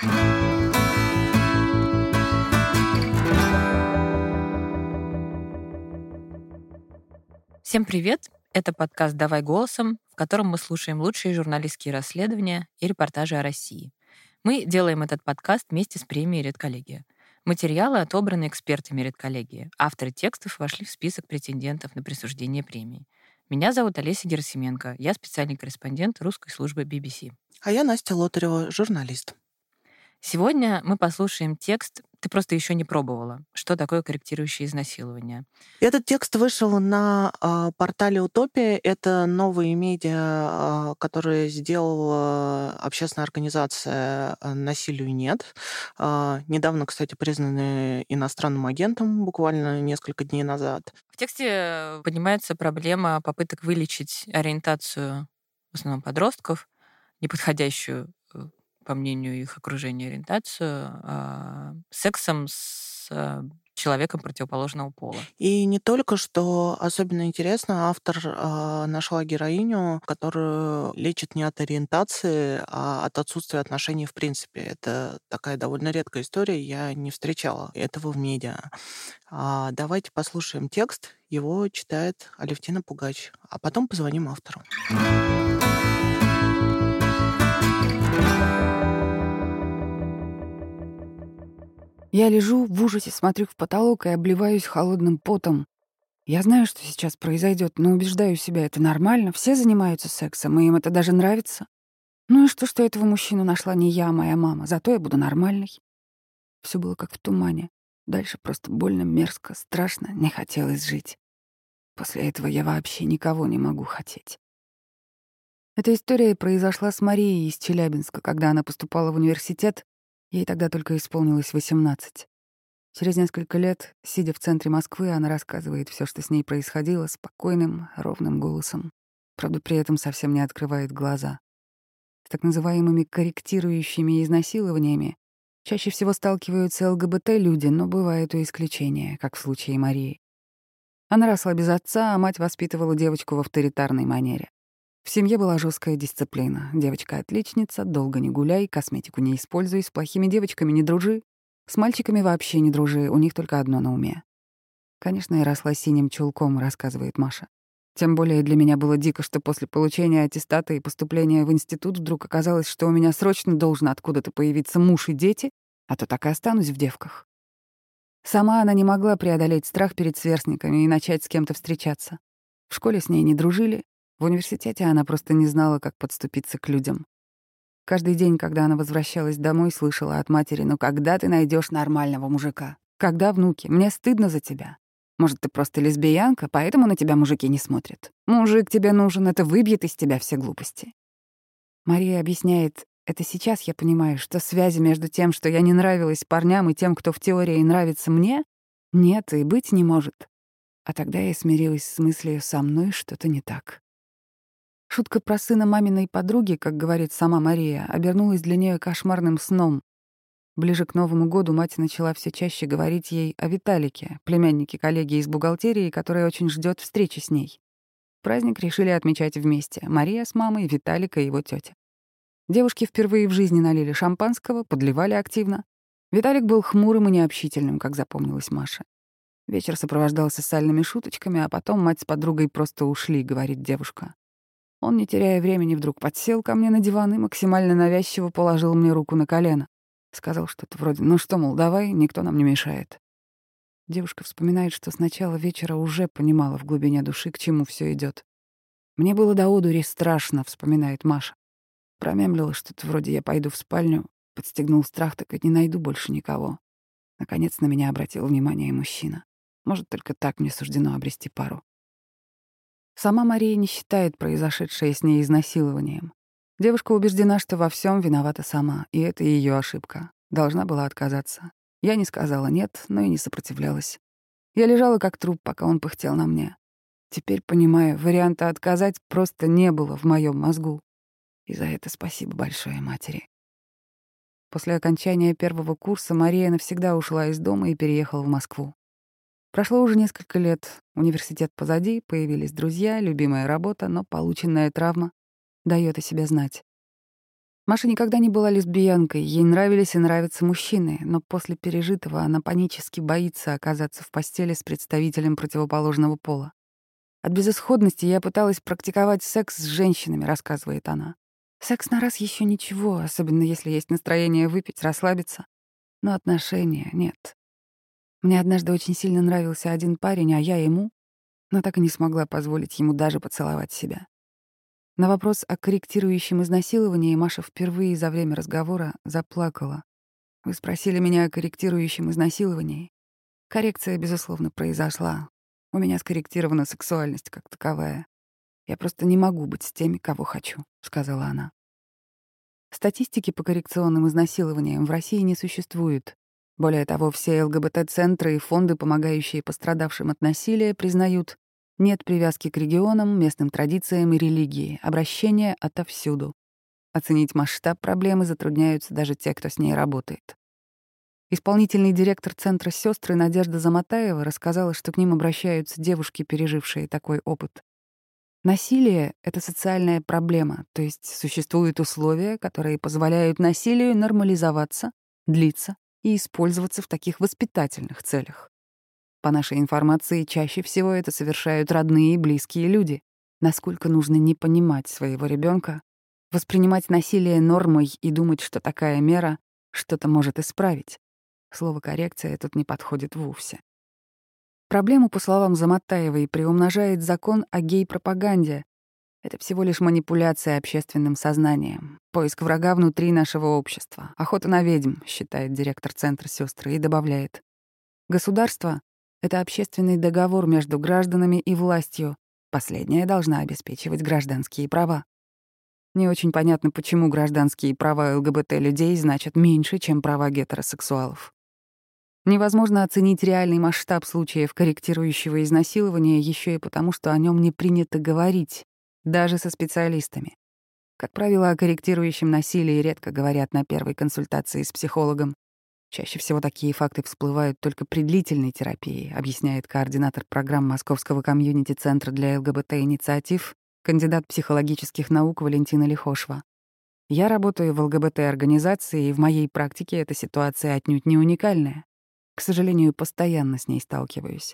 Всем привет! Это подкаст «Давай голосом», в котором мы слушаем лучшие журналистские расследования и репортажи о России. Мы делаем этот подкаст вместе с премией «Редколлегия». Материалы отобраны экспертами «Редколлегии». Авторы текстов вошли в список претендентов на присуждение премии. Меня зовут Олеся Герасименко. Я специальный корреспондент русской службы BBC. А я Настя Лотарева, журналист. Сегодня мы послушаем текст «Ты просто еще не пробовала. Что такое корректирующее изнасилование?». Этот текст вышел на портале «Утопия». Это новые медиа, которые сделала общественная организация «Насилию нет». Недавно, кстати, признаны иностранным агентом, буквально несколько дней назад. В тексте поднимается проблема попыток вылечить ориентацию, в основном подростков, неподходящую, по мнению их окружения, ориентацию, сексом с человеком противоположного пола. И не только, что особенно интересно, автор нашла героиню, которую лечит не от ориентации, а от отсутствия отношений в принципе. Это такая довольно редкая история, я не встречала этого в медиа. Давайте послушаем текст, его читает Алевтина Пугач, а потом позвоним автору. Я лежу в ужасе, смотрю в потолок и обливаюсь холодным потом. Я знаю, что сейчас произойдет, но убеждаю себя, это нормально, все занимаются сексом, и им это даже нравится. Ну и что этого мужчину нашла не я, а моя мама, зато я буду нормальной. Все было как в тумане. Дальше просто больно, мерзко, страшно, не хотелось жить. После этого я вообще никого не могу хотеть. Эта история произошла с Марией из Челябинска, когда она поступала в университет. Ей тогда только исполнилось 18. Через несколько лет, сидя в центре Москвы, она рассказывает все, что с ней происходило, спокойным, ровным голосом. Правда, при этом совсем не открывает глаза. С так называемыми корректирующими изнасилованиями чаще всего сталкиваются ЛГБТ-люди, но бывают и исключения, как в случае Марии. Она росла без отца, а мать воспитывала девочку в авторитарной манере. В семье была жесткая дисциплина. Девочка отличница, долго не гуляй, косметику не используй, с плохими девочками не дружи, с мальчиками вообще не дружи, у них только одно на уме. Конечно, я росла синим чулком, рассказывает Маша. Тем более для меня было дико, что после получения аттестата и поступления в институт вдруг оказалось, что у меня срочно должен откуда-то появиться муж и дети, а то так и останусь в девках. Сама она не могла преодолеть страх перед сверстниками и начать с кем-то встречаться. В школе с ней не дружили, в университете она просто не знала, как подступиться к людям. Каждый день, когда она возвращалась домой, слышала от матери: «Ну когда ты найдешь нормального мужика? Когда, внуки? Мне стыдно за тебя. Может, ты просто лесбиянка, поэтому на тебя мужики не смотрят. Мужик тебе нужен, это выбьет из тебя все глупости». Мария объясняет: это сейчас я понимаю, что связи между тем, что я не нравилась парням, и тем, кто в теории нравится мне, нет и быть не может. А тогда я смирилась с мыслью: со мной что-то не так. Шутка про сына маминой подруги, как говорит сама Мария, обернулась для нее кошмарным сном. Ближе к Новому году мать начала все чаще говорить ей о Виталике, племяннике коллеги из бухгалтерии, который очень ждет встречи с ней. Праздник решили отмечать вместе: Мария с мамой, Виталик и его тетя. Девушки впервые в жизни налили шампанского, подливали активно. Виталик был хмурым и необщительным, как запомнилась Маше. Вечер сопровождался сальными шуточками, а потом мать с подругой просто ушли, говорит девушка. Он, не теряя времени, вдруг подсел ко мне на диван и максимально навязчиво положил мне руку на колено. Сказал что-то вроде: «Ну что, мол, давай, никто нам не мешает». Девушка вспоминает, что с начала вечера уже понимала в глубине души, к чему все идет. «Мне было до одури страшно», — вспоминает Маша. Промямлила что-то вроде: «Я пойду в спальню». Подстегнул страх, так и не найду больше никого. Наконец на меня обратил внимание мужчина. Может, только так мне суждено обрести пару. Сама Мария не считает произошедшее с ней изнасилованием. Девушка убеждена, что во всем виновата сама, и это ее ошибка. Должна была отказаться. Я не сказала «нет», но и не сопротивлялась. Я лежала как труп, пока он пыхтел на мне. Теперь понимаю, варианта отказать просто не было в моем мозгу. И за это спасибо большое матери. После окончания первого курса Мария навсегда ушла из дома и переехала в Москву. Прошло уже несколько лет, университет позади, появились друзья, любимая работа, но полученная травма дает о себе знать. Маша никогда не была лесбиянкой, ей нравились и нравятся мужчины, но после пережитого она панически боится оказаться в постели с представителем противоположного пола. От безысходности я пыталась практиковать секс с женщинами, рассказывает она. Секс на раз еще ничего, особенно если есть настроение выпить, расслабиться. Но отношения нет. Мне однажды очень сильно нравился один парень, а я ему, но так и не смогла позволить ему даже поцеловать себя. На вопрос о корректирующем изнасиловании Маша впервые за время разговора заплакала. «Вы спросили меня о корректирующем изнасиловании. Коррекция, безусловно, произошла. У меня скорректирована сексуальность как таковая. Я просто не могу быть с теми, кого хочу», — сказала она. Статистики по коррекционным изнасилованиям в России не существует. Более того, все ЛГБТ-центры и фонды, помогающие пострадавшим от насилия, признают: нет привязки к регионам, местным традициям и религии, обращения отовсюду. Оценить масштаб проблемы затрудняются даже те, кто с ней работает. Исполнительный директор центра «Сёстры» Надежда Заматаева рассказала, что к ним обращаются девушки, пережившие такой опыт. Насилие — это социальная проблема, то есть существуют условия, которые позволяют насилию нормализоваться, длиться и использоваться в таких воспитательных целях. По нашей информации, чаще всего это совершают родные и близкие люди. Насколько нужно не понимать своего ребенка, воспринимать насилие нормой и думать, что такая мера что-то может исправить. Слово «коррекция» тут не подходит вовсе. Проблему, по словам Заматаевой, приумножает закон о гей-пропаганде. Это всего лишь манипуляция общественным сознанием, поиск врага внутри нашего общества, охота на ведьм, считает директор центра «Сёстры» и добавляет: государство — это общественный договор между гражданами и властью. Последняя должна обеспечивать гражданские права. Не очень понятно, почему гражданские права ЛГБТ-людей значат меньше, чем права гетеросексуалов. Невозможно оценить реальный масштаб случаев корректирующего изнасилования еще и потому, что о нем не принято говорить, даже со специалистами. Как правило, о корректирующем насилии редко говорят на первой консультации с психологом. Чаще всего такие факты всплывают только при длительной терапии, объясняет координатор программ Московского комьюнити-центра для ЛГБТ-инициатив, кандидат психологических наук Валентина Лихошва. Я работаю в ЛГБТ-организации, и в моей практике эта ситуация отнюдь не уникальная. К сожалению, постоянно с ней сталкиваюсь.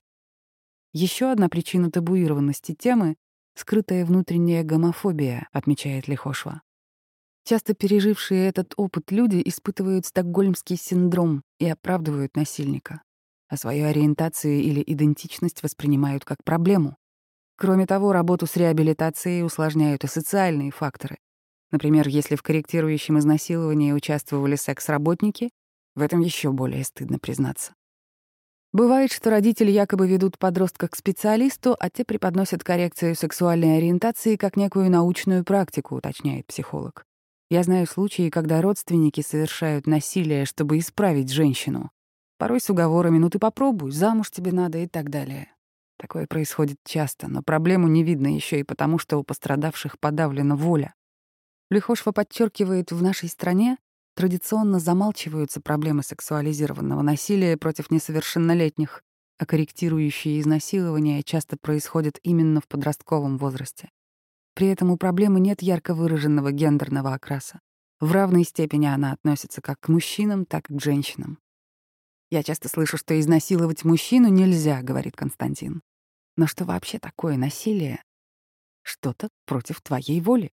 Еще одна причина табуированности темы — скрытая внутренняя гомофобия, отмечает Лихошва. Часто пережившие этот опыт люди испытывают стокгольмский синдром и оправдывают насильника, а свою ориентацию или идентичность воспринимают как проблему. Кроме того, работу с реабилитацией усложняют и социальные факторы. Например, если в корректирующем изнасиловании участвовали секс-работники, в этом еще более стыдно признаться. Бывает, что родители якобы ведут подростка к специалисту, а те преподносят коррекцию сексуальной ориентации как некую научную практику, уточняет психолог. Я знаю случаи, когда родственники совершают насилие, чтобы исправить женщину. Порой с уговорами: ну ты попробуй, замуж тебе надо и так далее. Такое происходит часто, но проблему не видно еще и потому, что у пострадавших подавлена воля. Лихошва подчеркивает, в нашей стране традиционно замалчиваются проблемы сексуализированного насилия против несовершеннолетних, а корректирующие изнасилования часто происходят именно в подростковом возрасте. При этом у проблемы нет ярко выраженного гендерного окраса. В равной степени она относится как к мужчинам, так и к женщинам. «Я часто слышу, что изнасиловать мужчину нельзя», — говорит Константин. «Но что вообще такое насилие? Что-то против твоей воли».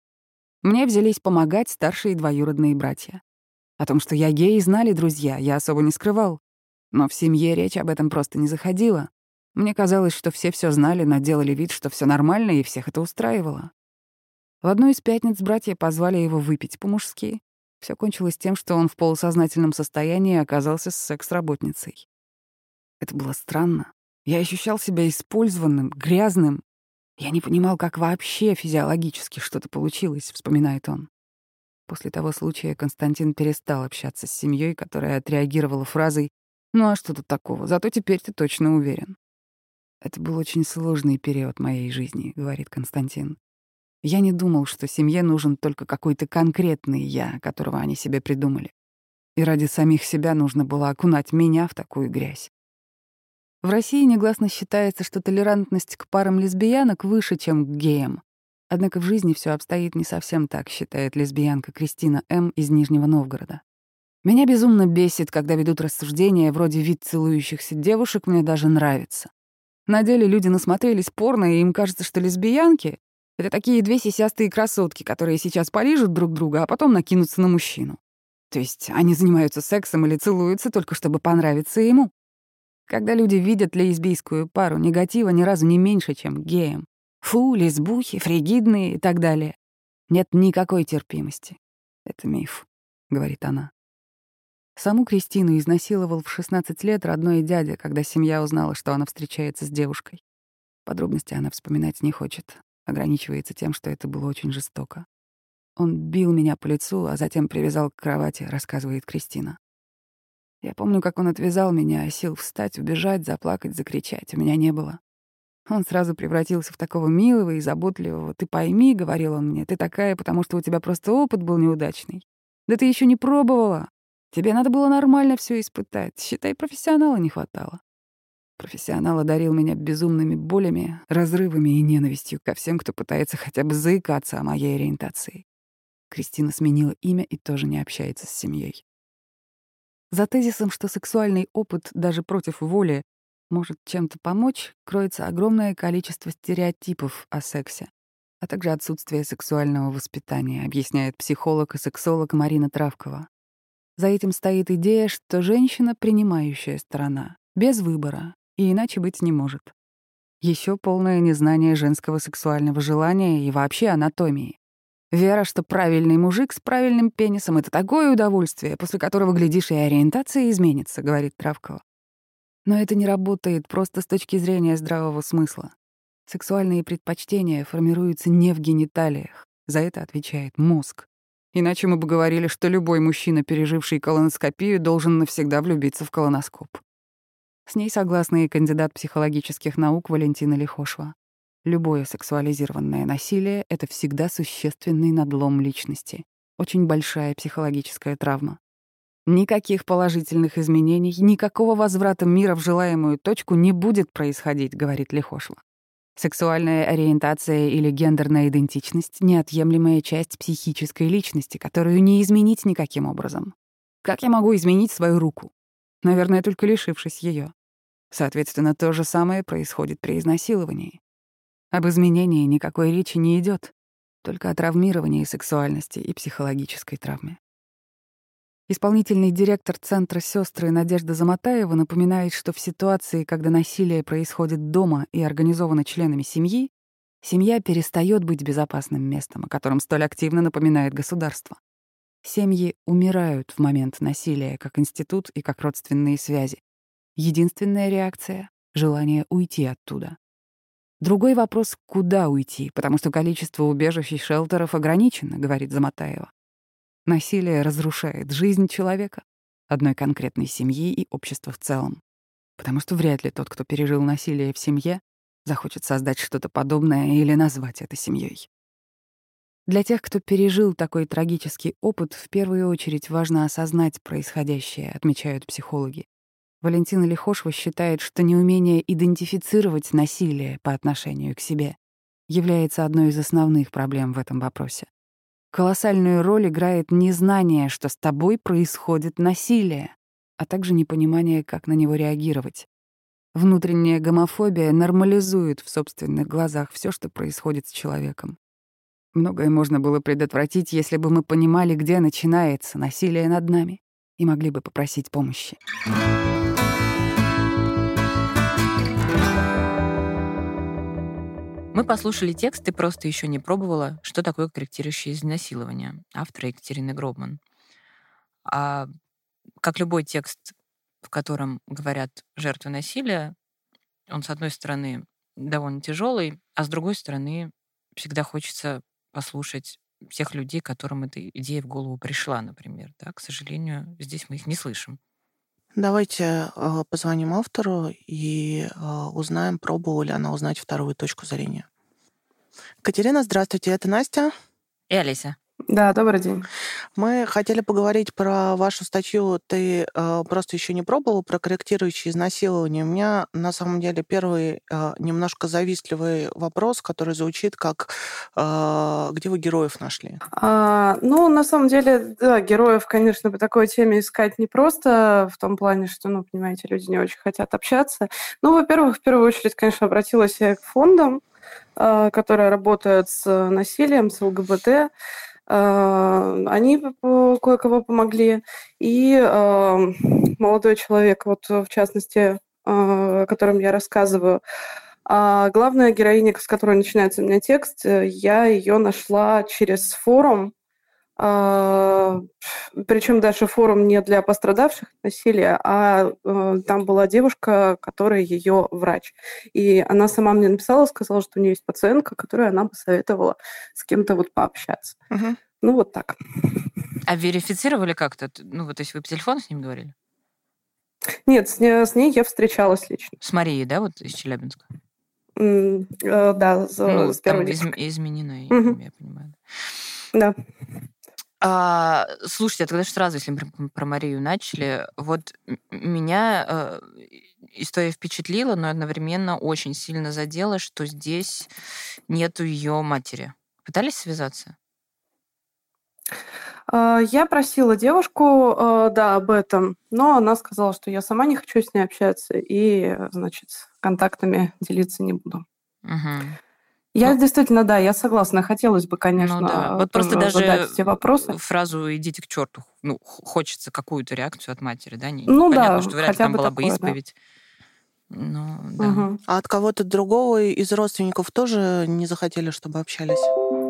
Мне взялись помогать старшие двоюродные братья. О том, что я гей, знали друзья, я особо не скрывал. Но в семье речь об этом просто не заходила. Мне казалось, что все знали, но делали вид, что все нормально, и всех это устраивало. В одну из пятниц братья позвали его выпить по-мужски. Все кончилось тем, что он в полусознательном состоянии оказался с секс-работницей. Это было странно. Я ощущал себя использованным, грязным. Я не понимал, как вообще физиологически что-то получилось, вспоминает он. После того случая Константин перестал общаться с семьей, которая отреагировала фразой: «Ну а что тут такого? Зато теперь ты точно уверен». «Это был очень сложный период моей жизни», — говорит Константин. «Я не думал, что семье нужен только какой-то конкретный я, которого они себе придумали. И ради самих себя нужно было окунать меня в такую грязь». В России негласно считается, что толерантность к парам лесбиянок выше, чем к геям. Однако в жизни все обстоит не совсем так, считает лесбиянка Кристина М. из Нижнего Новгорода. Меня безумно бесит, когда ведут рассуждения вроде «вид целующихся девушек мне даже нравится». На деле люди насмотрелись порно, и им кажется, что лесбиянки — это такие две сисястые красотки, которые сейчас полижут друг друга, а потом накинутся на мужчину. То есть они занимаются сексом или целуются только чтобы понравиться ему. Когда люди видят лесбийскую пару, негатива ни разу не меньше, чем геям. Фу, лесбухи, фригидные и так далее. Нет никакой терпимости. Это миф, говорит она. Саму Кристину изнасиловал в 16 лет родной дядя, когда семья узнала, что она встречается с девушкой. Подробности она вспоминать не хочет, ограничивается тем, что это было очень жестоко. Он бил меня по лицу, а затем привязал к кровати, рассказывает Кристина. Я помню, как он отвязал меня, а сил встать, убежать, заплакать, закричать у меня не было. Он сразу превратился в такого милого и заботливого. «Ты пойми», — говорил он мне, — «ты такая, потому что у тебя просто опыт был неудачный. Да ты еще не пробовала. Тебе надо было нормально все испытать. Считай, профессионала не хватало». Профессионал одарил меня безумными болями, разрывами и ненавистью ко всем, кто пытается хотя бы заикаться о моей ориентации. Кристина сменила имя и тоже не общается с семьей. За тезисом, что сексуальный опыт даже против воли может чем-то помочь, кроется огромное количество стереотипов о сексе, а также отсутствие сексуального воспитания, объясняет психолог и сексолог Марина Травкова. За этим стоит идея, что женщина — принимающая сторона, без выбора, и иначе быть не может. Еще полное незнание женского сексуального желания и вообще анатомии. Вера, что правильный мужик с правильным пенисом — это такое удовольствие, после которого, глядишь, и ориентация изменится, говорит Травкова. Но это не работает просто с точки зрения здравого смысла. Сексуальные предпочтения формируются не в гениталиях. За это отвечает мозг. Иначе мы бы говорили, что любой мужчина, переживший колоноскопию, должен навсегда влюбиться в колоноскоп. С ней согласна и кандидат психологических наук Валентина Лихошва. Любое сексуализированное насилие — это всегда существенный надлом личности. Очень большая психологическая травма. Никаких положительных изменений, никакого возврата мира в желаемую точку не будет происходить, говорит Лихошва. Сексуальная ориентация или гендерная идентичность — неотъемлемая часть психической личности, которую не изменить никаким образом. Как я могу изменить свою руку? Наверное, только лишившись ее. Соответственно, то же самое происходит при изнасиловании. Об изменении никакой речи не идет, только о травмировании сексуальности и психологической травме. Исполнительный директор Центра «Сёстры» Надежда Заматаева напоминает, что в ситуации, когда насилие происходит дома и организовано членами семьи, семья перестает быть безопасным местом, о котором столь активно напоминает государство. Семьи умирают в момент насилия как институт и как родственные связи. Единственная реакция — желание уйти оттуда. Другой вопрос — куда уйти, потому что количество убежищ и шелтеров ограничено, говорит Заматаева. Насилие разрушает жизнь человека, одной конкретной семьи и общества в целом. Потому что вряд ли тот, кто пережил насилие в семье, захочет создать что-то подобное или назвать это семьей. Для тех, кто пережил такой трагический опыт, в первую очередь важно осознать происходящее, отмечают психологи. Валентина Лихошва считает, что неумение идентифицировать насилие по отношению к себе является одной из основных проблем в этом вопросе. Колоссальную роль играет незнание, что с тобой происходит насилие, а также непонимание, как на него реагировать. Внутренняя гомофобия нормализует в собственных глазах все, что происходит с человеком. Многое можно было предотвратить, если бы мы понимали, где начинается насилие над нами, и могли бы попросить помощи. Мы послушали текст «Ты просто еще не пробовала», что такое корректирующее изнасилование, автора Екатерины Гробман. А как любой текст, в котором говорят жертвы насилия, он, с одной стороны, довольно тяжелый, а с другой стороны, всегда хочется послушать тех людей, которым эта идея в голову пришла, например. Да? К сожалению, здесь мы их не слышим. Давайте позвоним автору и узнаем, пробовала ли она узнать вторую точку зрения. Катерина, здравствуйте, это Настя. И Олеся. Да, добрый день. Мы хотели поговорить про вашу статью. Ты просто еще не пробовала про корректирующее изнасилование. У меня на самом деле первый немножко завистливый вопрос, который звучит как «Где вы героев нашли?» На самом деле, да, героев, конечно, по такой теме искать непросто, в том плане, что, понимаете, люди не очень хотят общаться. Во-первых, в первую очередь, конечно, обратилась я к фондам, которые работают с насилием, с ЛГБТ. Они кое-кого помогли. И молодой человек, вот в частности, о котором я рассказываю, главная героиня, с которой начинается у меня текст, я ее нашла через форум, причем даже форум не для пострадавших от насилия, а там была девушка, которая ее врач. И она сама мне написала, сказала, что у нее есть пациентка, которой она бы советовала с кем-то вот пообщаться. Мгм. Вот так. А верифицировали как-то? То есть вы по телефону с ним говорили? Нет, с ней я встречалась лично. С Марией, да, вот из Челябинска? Да, с Там первой девушкой. изменено, Мгм. я понимаю. Да. Слушайте, тогда сразу, если мы про Марию начали, вот меня история впечатлила, но одновременно очень сильно задела, что здесь нету ее матери. Пытались связаться? Я просила девушку, да, об этом, но она сказала, что я сама не хочу с ней общаться и, значит, контактами делиться не буду. Угу. Я Ну, действительно, да, я согласна. Хотелось бы, да. конечно, Вот просто тоже задать даже эти вопросы. фразу «идите к черту», хочется какую-то реакцию от матери, да? Понятно, Да, что вряд ли хотя там бы была бы такое, да. исповедь. Ну, да. Мгм. А от кого-то другого из родственников тоже не захотели, чтобы общались?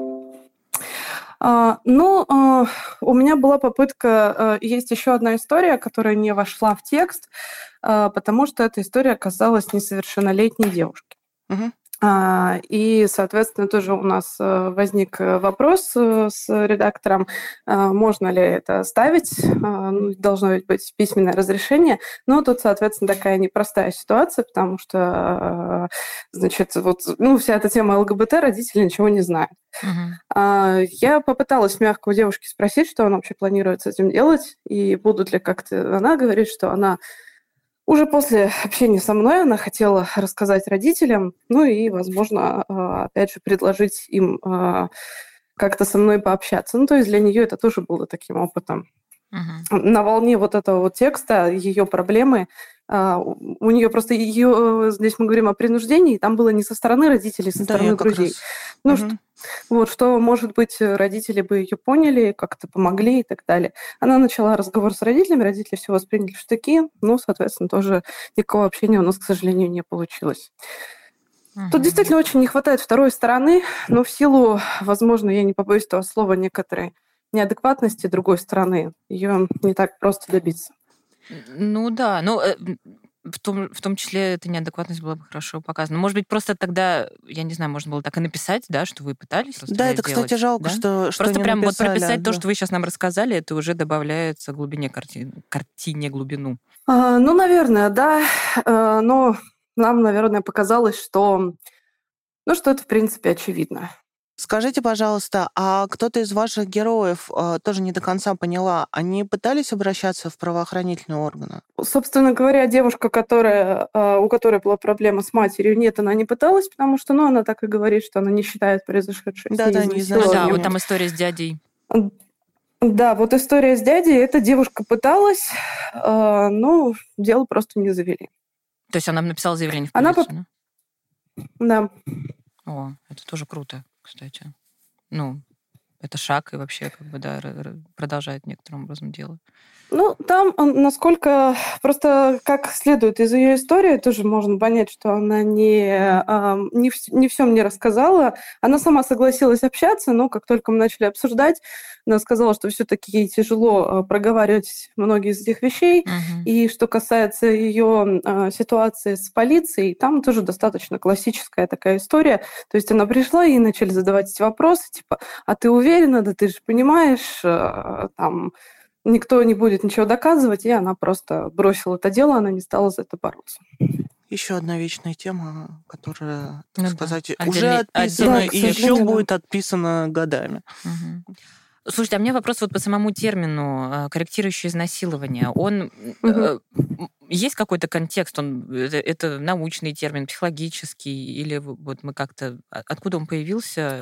У меня была попытка, есть еще одна история, которая не вошла в текст, потому что эта история касалась несовершеннолетней девушки. Мгм. И, соответственно, тоже у нас возник вопрос с редактором, можно ли это ставить, должно ведь быть письменное разрешение. Но тут, соответственно, такая непростая ситуация, потому что, значит, вся эта тема ЛГБТ, родители ничего не знают. Мгм. Я попыталась мягко у девушки спросить, что она вообще планирует с этим делать, и будут ли как-то... Она говорит, что она уже после общения со мной она хотела рассказать родителям, и, возможно, опять же, предложить им как-то со мной пообщаться. То есть для нее это тоже было таким опытом. Мгм. На волне вот этого вот текста, ее проблемы, у нее просто здесь мы говорим о принуждении, там было не со стороны родителей, со Да, я стороны как друзей. раз... Что, может быть, родители бы ее поняли, как-то помогли и так далее. Она начала разговор с родителями, родители все восприняли в штыки, соответственно, тоже никакого общения у нас, к сожалению, не получилось. Тут Мгм. действительно очень не хватает второй стороны, но в силу, возможно, я не побоюсь этого слова, некоторой неадекватности другой стороны, ее не так просто добиться. Да, в том числе эта неадекватность была бы хорошо показана. Может быть, просто тогда, я не знаю, можно было так и написать, да, что вы пытались Да, заставлять это, кстати, делать, жалко, да? что Просто не прям вот написали. прописать то, Да. что вы сейчас нам рассказали, это уже добавляется глубине картине глубину. Наверное, да, но нам, наверное, показалось, что это, в принципе, очевидно. Скажите, пожалуйста, а кто-то из ваших героев, тоже не до конца поняла, они пытались обращаться в правоохранительные органы? Собственно говоря, девушка, у которой была проблема с матерью, нет, она не пыталась, потому что, она так и говорит, что она не считает произошедшее с ней Да-да, не Да, изнасилованием. вот там история с дядей. Да, вот история с дядей, эта девушка пыталась, но дело просто не завели. То есть она написала заявление в Она полицию, Да. О, это тоже круто, кстати. Это шаг, и вообще, продолжает некоторым образом дело. Там, насколько просто как следует из ее истории, тоже можно понять, что она не все мне рассказала. Она сама согласилась общаться, но как только мы начали обсуждать, она сказала, что все-таки ей тяжело проговаривать многие из этих вещей. Мгм. И что касается ее ситуации с полицией, там тоже достаточно классическая такая история. То есть она пришла, и начали задавать эти вопросы, типа, а ты уверена, да ты же понимаешь, там никто не будет ничего доказывать, и она просто бросила это дело, она не стала за это бороться. Еще одна вечная тема, которая, так Да. сказать, уже Отдельный отписана Да, и к еще сожалению, да. будет отписана годами. Мгм. Слушайте, а у меня вопрос вот по самому термину корректирующее изнасилование. Он есть какой-то контекст? Это научный термин, психологический, или вот мы как-то откуда он появился?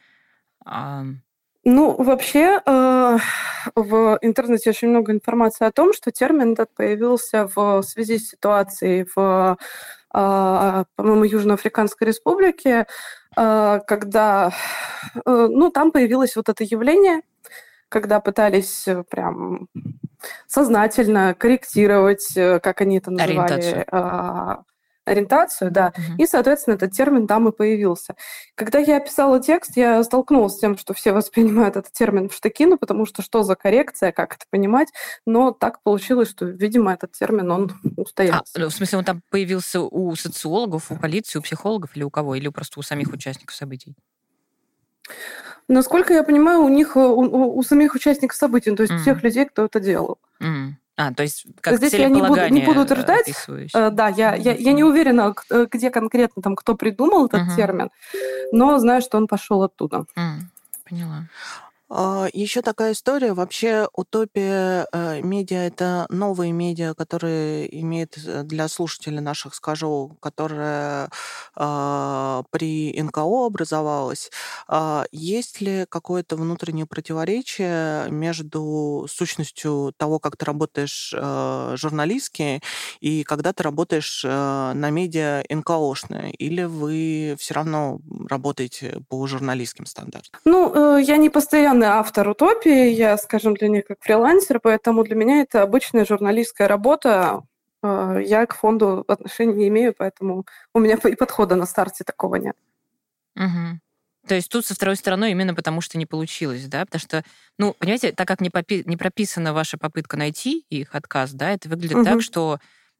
Ну, вообще, в интернете очень много информации о том, что термин этот появился в связи с ситуацией в, по-моему, Южноафриканской республике, когда, ну, там появилось вот это явление, когда пытались прям сознательно корректировать, как они это называли, ориентацию, да. И, соответственно, этот термин там и появился. Когда я писала текст, я столкнулась с тем, что все воспринимают этот термин в штыки, ну, потому что за коррекция, как это понимать? Но так получилось, что, видимо, этот термин, он устоялся. В смысле, он там появился у социологов, у полиции, у психологов или у кого? Или просто у самих участников событий? Насколько я понимаю, у них, у самих участников событий, то есть всех людей, кто это делал. То есть как здесь я не буду утверждать. Да, я не уверена, где конкретно там кто придумал этот термин, но знаю, что он пошел оттуда. Поняла. Еще такая история. Вообще утопия медиа — это новые медиа, которые имеют для слушателей наших, скажу, которая при НКО образовалась. Есть ли какое-то внутреннее противоречие между сущностью того, как ты работаешь журналистски, и когда ты работаешь на медиа НКОшное? Или вы все равно работаете по журналистским стандартам? Ну, я не постоянный автор утопии, я, скажем, для них как фрилансер, поэтому для меня это обычная журналистская работа. Я к фонду отношения не имею, поэтому у меня и подхода на старте такого нет. То есть тут со второй стороны именно потому, что не получилось, да? Потому что, ну, понимаете, так как не прописана ваша попытка найти их отказ, да, это выглядит так, что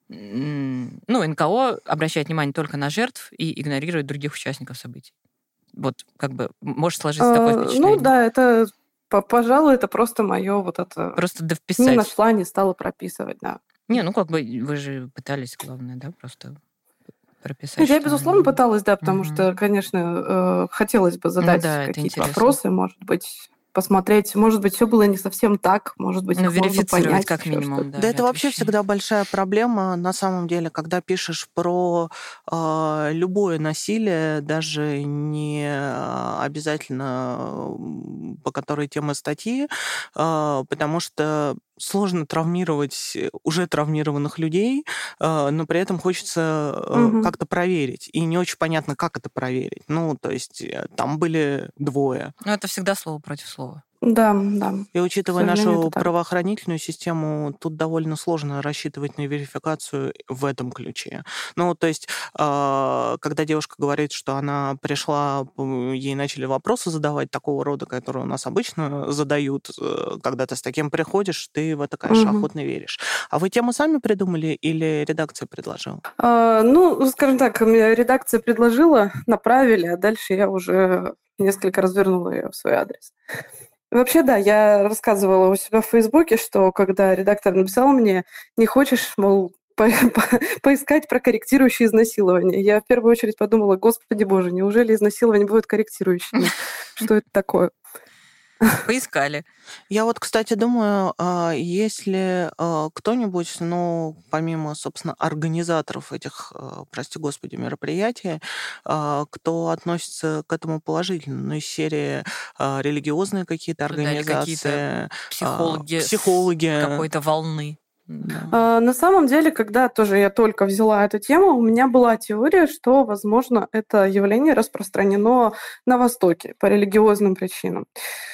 НКО обращает внимание только на жертв и игнорирует других участников событий. Вот, как бы, может сложиться такое впечатление. Ну да, это, пожалуй, это просто мое вот это... Просто довписать. Не нашла, не стала прописывать, да. Не, ну как бы вы же пытались, главное, да, просто прописать. Я, безусловно, пыталась, да, потому что, конечно, хотелось бы задать какие-то вопросы, может быть, посмотреть, может быть, все было не совсем так, может быть, их можно понять. Как минимум, да. Да, это вообще всегда большая проблема, на самом деле, когда пишешь про любое насилие, даже не обязательно по которой тема статьи, потому что сложно травмировать уже травмированных людей, но при этом хочется как-то проверить. И не очень понятно, как это проверить. Ну, то есть там были двое. Ну, это всегда слово против слова. Да, да. И учитывая нашу правоохранительную систему, тут довольно сложно рассчитывать на верификацию в этом ключе. Ну, то есть, когда девушка говорит, что она пришла, ей начали вопросы задавать такого рода, которые у нас обычно задают, когда ты с таким приходишь, ты в это, конечно, охотно веришь. А вы тему сами придумали или редакция предложила? Ну, скажем так, мне редакция предложила, направили, а дальше я уже несколько развернула ее в свой адрес. Вообще, да, я рассказывала у себя в Фейсбуке, что когда редактор написал мне, не хочешь, мол, поискать про корректирующие изнасилования. Я в первую очередь подумала, господи боже, неужели изнасилование будет корректирующими? Что это такое? Поискали. Я вот, кстати, думаю, если кто-нибудь, ну, помимо, собственно, организаторов этих, прости господи, мероприятий, кто относится к этому положительно, ну, из серии религиозные какие-то организации, психологи какой-то волны. Да. На самом деле, когда тоже я только взяла эту тему, у меня была теория, что, возможно, это явление распространено на Востоке по религиозным причинам.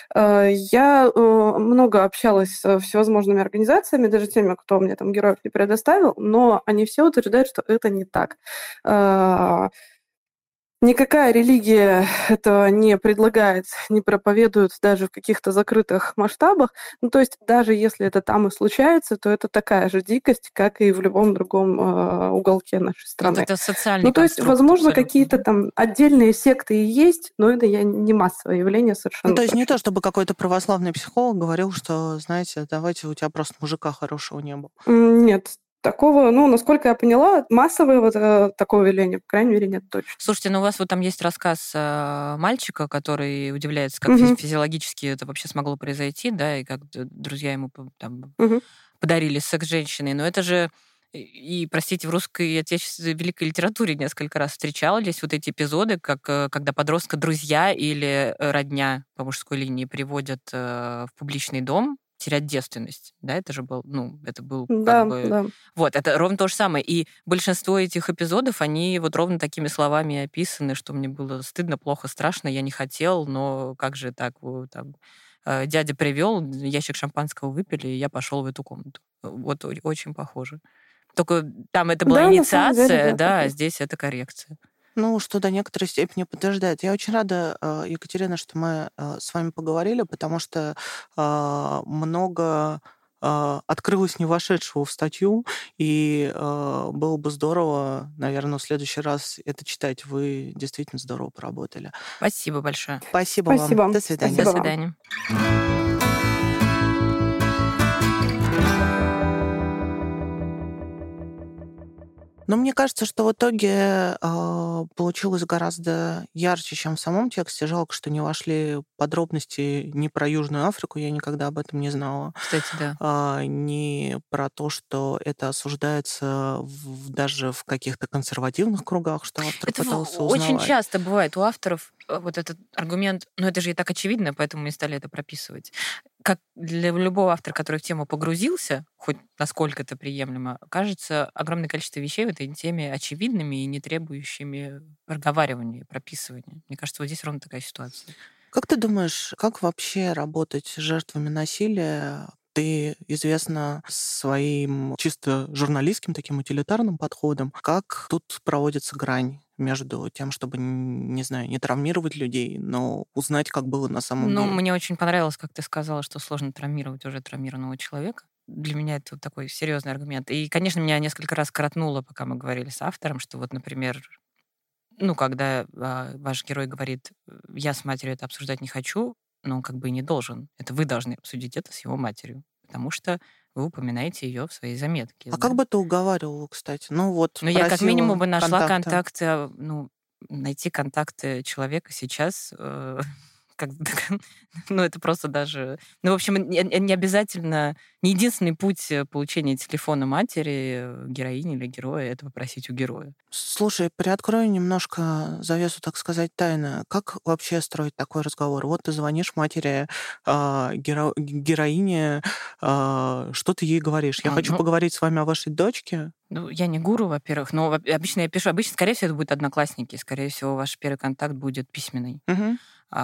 Я много общалась с всевозможными организациями, даже теми, кто мне там героев не предоставил, но они все утверждают, что это не так. Никакая религия этого не предлагает, не проповедует даже в каких-то закрытых масштабах. Ну, то есть даже если это там и случается, то это такая же дикость, как и в любом другом уголке нашей страны. Вот это социальный Ну, то есть, возможно, какие-то там отдельные секты и есть, но это не массовое явление совершенно. Ну, то есть не то, чтобы какой-то православный психолог говорил, что, знаете, давайте, у тебя просто мужика хорошего не было. Нет. такого, насколько я поняла, массового такого явления, по крайней мере, нет точно. Слушайте, у вас вот там есть рассказ мальчика, который удивляется, как физиологически это вообще смогло произойти, да, и как друзья ему там подарили секс женщиной. Но это же и, простите, в русской отечественной великой литературе несколько раз встречались вот эти эпизоды, когда подростка друзья или родня по мужской линии приводят в публичный дом, терять девственность, да, это же был, это был Да, как бы... да. Вот, это ровно то же самое. И большинство этих эпизодов, они вот ровно такими словами описаны, что мне было стыдно, плохо, страшно, я не хотел, но как же так, там, дядя привел, ящик шампанского выпили, и я пошел в эту комнату. Вот очень похоже. Только там это была Да, на самом деле, инициация, да, а так здесь это коррекция. Что до некоторой степени подтверждает. Я очень рада, Екатерина, что мы с вами поговорили, потому что много открылось не вошедшего в статью, и было бы здорово, наверное, в следующий раз это читать. Вы действительно здорово поработали. Спасибо большое. Спасибо вам. Спасибо. До свидания. До Спасибо вам. свидания. Но мне кажется, что в итоге получилось гораздо ярче, чем в самом тексте. Жалко, что не вошли подробности ни про Южную Африку, я никогда об этом не знала. Кстати, да. Ни про то, что это осуждается даже в каких-то консервативных кругах, что автор Это пытался очень узнавать. часто бывает у авторов вот этот аргумент, это же и так очевидно, поэтому мы стали это прописывать. Как для любого автора, который в тему погрузился, хоть насколько это приемлемо, кажется, огромное количество вещей в этой теме очевидными и не требующими проговаривания, прописывания. Мне кажется, вот здесь ровно такая ситуация. Как ты думаешь, как вообще работать с жертвами насилия? Ты известна своим чисто журналистским таким утилитарным подходом. Как тут проводится грань между тем, чтобы, не знаю, не травмировать людей, но узнать, как было на самом деле? Мне очень понравилось, как ты сказала, что сложно травмировать уже травмированного человека. Для меня это вот такой серьезный аргумент. И, конечно, меня несколько раз коротнуло, пока мы говорили с автором, что вот, например, когда ваш герой говорит, я с матерью это обсуждать не хочу, но он как бы и не должен. Это вы должны обсудить это с его матерью, потому что вы упоминаете ее в своей заметке. А как бы ты уговаривала, кстати? Я как минимум бы нашла контакты. контакты, найти контакты человека сейчас, это просто даже... в общем, не обязательно... Не единственный путь получения телефона матери, героини или героя, это попросить у героя. Слушай, приоткрою немножко завесу, так сказать, тайны. Как вообще строить такой разговор? Вот ты звонишь матери героине, что ты ей говоришь? Я хочу поговорить с вами о вашей дочке. Я не гуру, во-первых, но обычно я пишу... Обычно, скорее всего, это будут одноклассники. Скорее всего, ваш первый контакт будет письменный. Угу.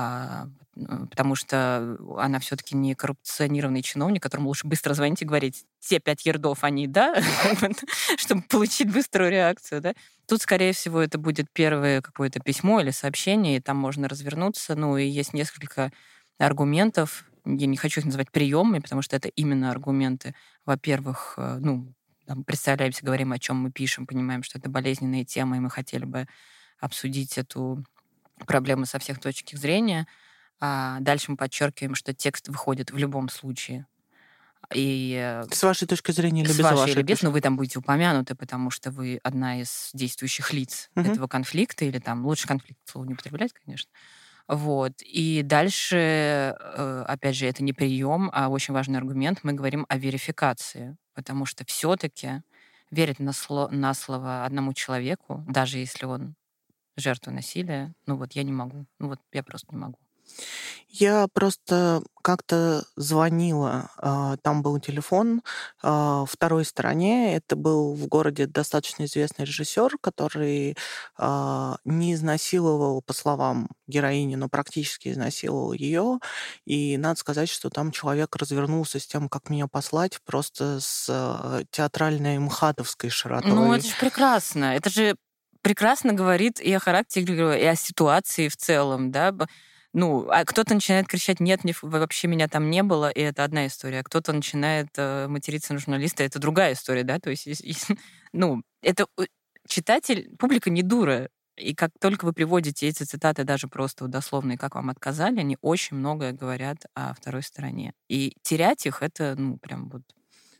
Потому что она все-таки не коррупционированный чиновник, которому лучше быстро звонить и говорить, те 5 ярдов, они, да, чтобы получить быструю реакцию, да. Тут, скорее всего, это будет первое какое-то письмо или сообщение, и там можно развернуться. И есть несколько аргументов. Я не хочу их называть приемами, потому что это именно аргументы. Во-первых, представляемся, говорим, о чем мы пишем, понимаем, что это болезненная тема, и мы хотели бы обсудить эту проблему со всех точек зрения. А дальше мы подчеркиваем, что текст выходит в любом случае. И с вашей точки зрения или без вашей вашей? Или без, но вы там будете упомянуты, потому что вы одна из действующих лиц этого конфликта, или там лучше конфликт слово не употреблять, конечно. Вот. И дальше, опять же, это не прием, а очень важный аргумент. Мы говорим о верификации, потому что все-таки верить на слово одному человеку, даже если он жертва насилия, я не могу. Я просто не могу. Я просто как-то звонила, там был телефон второй стороне. Это был в городе достаточно известный режиссер, который не изнасиловал, по словам героини, но практически изнасиловал ее. И надо сказать, что там человек развернулся с тем, как меня послать, просто с театральной мхатовской широтой. Это же прекрасно. Это же прекрасно говорит и о характере, и о ситуации в целом, да. А кто-то начинает кричать «нет, вообще меня там не было», и это одна история. А кто-то начинает материться на журналиста, это другая история, да. То есть, это читатель, публика не дура. И как только вы приводите эти цитаты, даже просто дословные, как вам отказали, они очень многое говорят о второй стороне. И терять их, это, прям вот...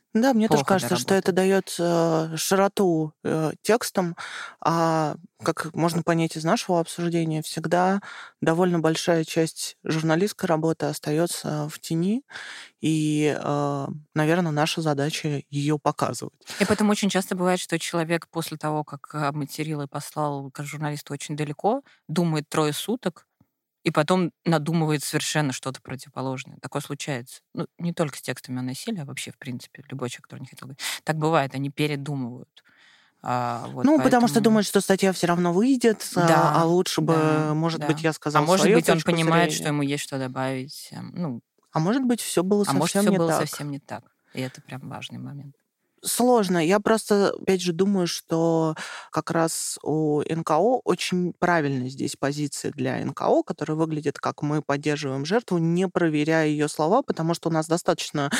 Да, мне тоже плохо кажется, что это дает широту текстам, а как можно понять из нашего обсуждения, всегда довольно большая часть журналистской работы остается в тени, и, наверное, наша задача ее показывать. И поэтому очень часто бывает, что человек после того, как обматерил и послал журналисту очень далеко, думает 3 суток, и потом надумывает совершенно что-то противоположное. Такое случается. Ну, не только с текстами о насилии, а вообще, в принципе, любой человек, который не хотел говорить. Так бывает, они передумывают. Потому что думает, что статья все равно выйдет, а лучше бы, может быть, я сказал свою точку зрения. А может быть, он понимает, что ему есть что добавить. А может быть, все было совсем не так. И это прям важный момент. Сложно. Я просто, опять же, думаю, что как раз у НКО очень правильная здесь позиция для НКО, которая выглядит как мы поддерживаем жертву, не проверяя ее слова, потому что у нас достаточно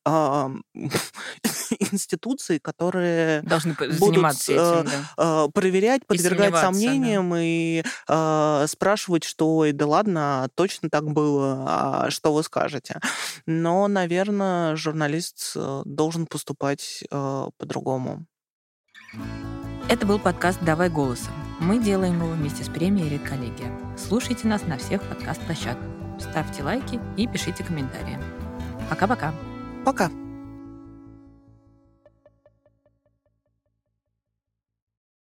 институций, которые должны будут заниматься этим, проверять, подвергать сомнениям, сомнениям и спрашивать, что ой, да ладно, точно так было, а что вы скажете? Но, наверное, журналист должен поступать по-другому. Это был подкаст «Давай голосом». Мы делаем его вместе с премией «Редколлегия». Слушайте нас на всех подкаст-площадках. Ставьте лайки и пишите комментарии. Пока-пока. Пока.